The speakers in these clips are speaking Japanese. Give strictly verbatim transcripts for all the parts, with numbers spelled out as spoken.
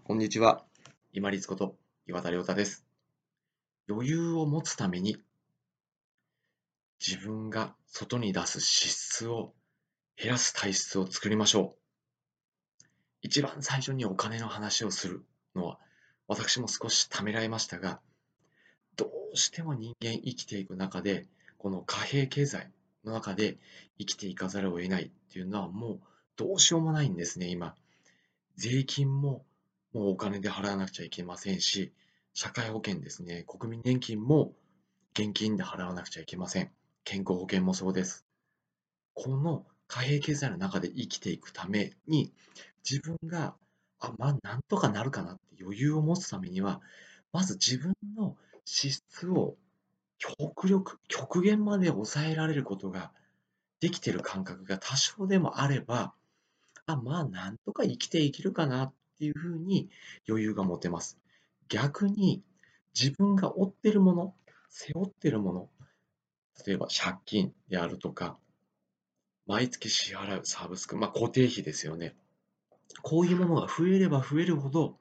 こんにちは。今立こと岩田亮太です。余裕を持つために自分が外に出す支出を減らす体質を作りましょう。一番最初にお金の話をするのは私も少しためらいましたが、どうしても人間生きていく中で、この貨幣経済の中で生きていかざるを得ないっていうのはもうどうしようもないんですね、今。税金ももうお金で払わなくちゃいけませんし、社会保険ですね、国民年金も現金で払わなくちゃいけません。健康保険もそうです。この貨幣経済の中で生きていくために、自分が、あ、まあ、なんとかなるかなって余裕を持つためには、まず自分の支出を極力、極限まで抑えられることができている感覚が多少でもあれば、あ、まあ、なんとか生きていけるかなっていうふうに余裕が持てます。逆に、自分が負ってるもの、背負ってるもの、例えば借金であるとか、毎月支払うサブスク、まあ、固定費ですよね。こういうものが増えれば増えるほど、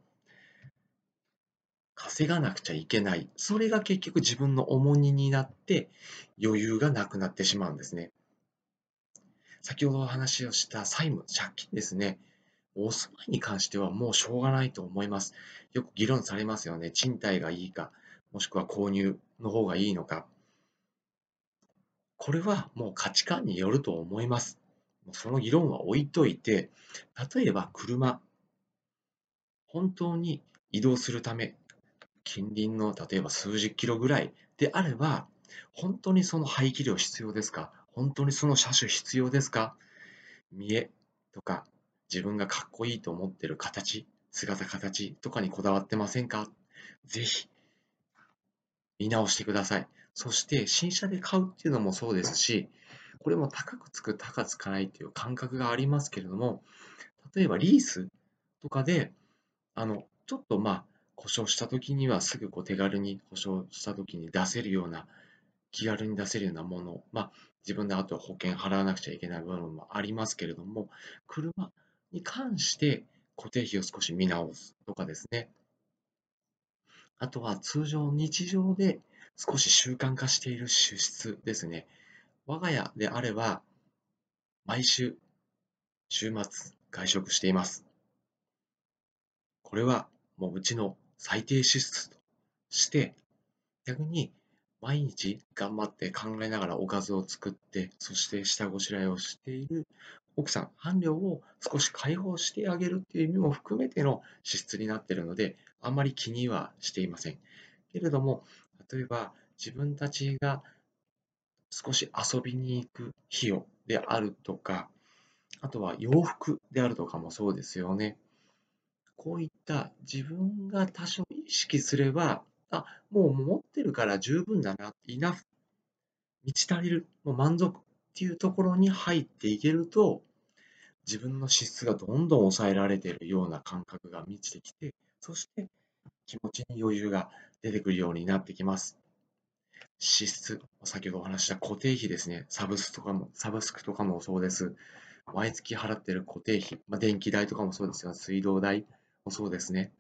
稼がなくちゃいけない。それが結局自分の重荷になって余裕がなくなってしまうんですね。先ほどお話をした債務、借金ですね。お住まいに関してはもうしょうがないと思います。よく議論されますよね。賃貸がいいか、もしくは購入の方がいいのか。これはもう価値観によると思います。その議論は置いといて、例えば車、本当に移動するため、近隣の例えば数十キロぐらいであれば、本当にその排気量必要ですか？本当にその車種必要ですか？見えとか、自分がかっこいいと思ってる形、姿形とかにこだわってませんか？ぜひ見直してください。そして新車で買うっていうのもそうですし、これも高くつく高くつかないっていう感覚がありますけれども、例えばリースとかで、あの、ちょっとまあ、故障した時にはすぐこう手軽に故障した時に出せるような、気軽に出せるようなもの、まあ、自分であとは保険払わなくちゃいけない部分もありますけれども、車に関して固定費を少し見直すとかですね。あとは通常日常で少し習慣化している支出ですね。我が家であれば、毎週、週末、外食しています。これはもううちの最低支出として、逆に毎日頑張って考えながらおかずを作って、そして下ごしらえをしている奥さん、伴侶を少し解放してあげるっていう意味も含めての支出になっているので、あんまり気にはしていません。けれども、例えば自分たちが少し遊びに行く費用であるとか、あとは洋服であるとかもそうですよね。こういった自分が多少意識すれば、あ、もう持ってるから十分だな、イナフ、満ち足りる、もう満足っていうところに入っていけると、自分の資質がどんどん抑えられているような感覚が満ちてきて、そして気持ちに余裕が出てくるようになってきます。支出、先ほどお話した固定費ですね。サブスとかも、サブスクとかもそうです。毎月払ってる固定費、まあ、電気代とかもそうですよ。水道代もそうですね。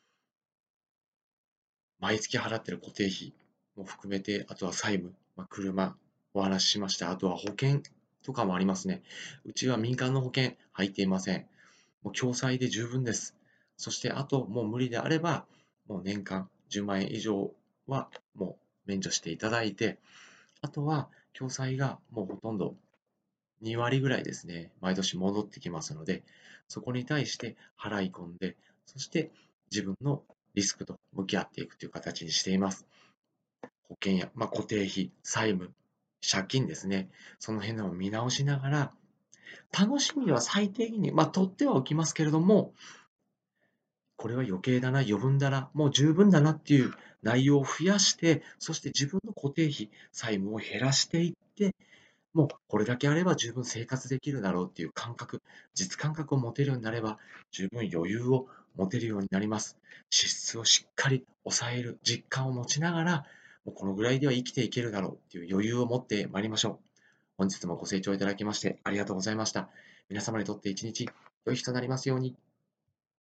毎月払ってる固定費も含めて、あとは債務、まあ、車、お話ししました。あとは保険とかもありますね。うちは民間の保険入っていません。もう共済で十分です。そして、あと、もう無理であれば、もう年間じゅうまん円以上はもう免除していただいて、あとは共済がもうほとんどに割ぐらいですね、毎年戻ってきますので、そこに対して払い込んで、そして自分のリスクと向き合っていくという形にしています。保険や、まあ、固定費、債務、借金ですね。その辺を見直しながら、楽しみは最低限に、まあ、取ってはおきますけれども、これは余計だな、余分だな、もう十分だなっていう内容を増やして、そして自分の固定費、債務を減らしていって、もうこれだけあれば十分生活できるだろうっていう感覚、実感覚を持てるようになれば、十分余裕を持てるようになります。支出をしっかり抑える実感を持ちながら、もうこのぐらいでは生きていけるだろうっていう余裕を持ってまいりましょう。本日もご清聴いただきましてありがとうございました。皆様にとって一日良い日となりますように。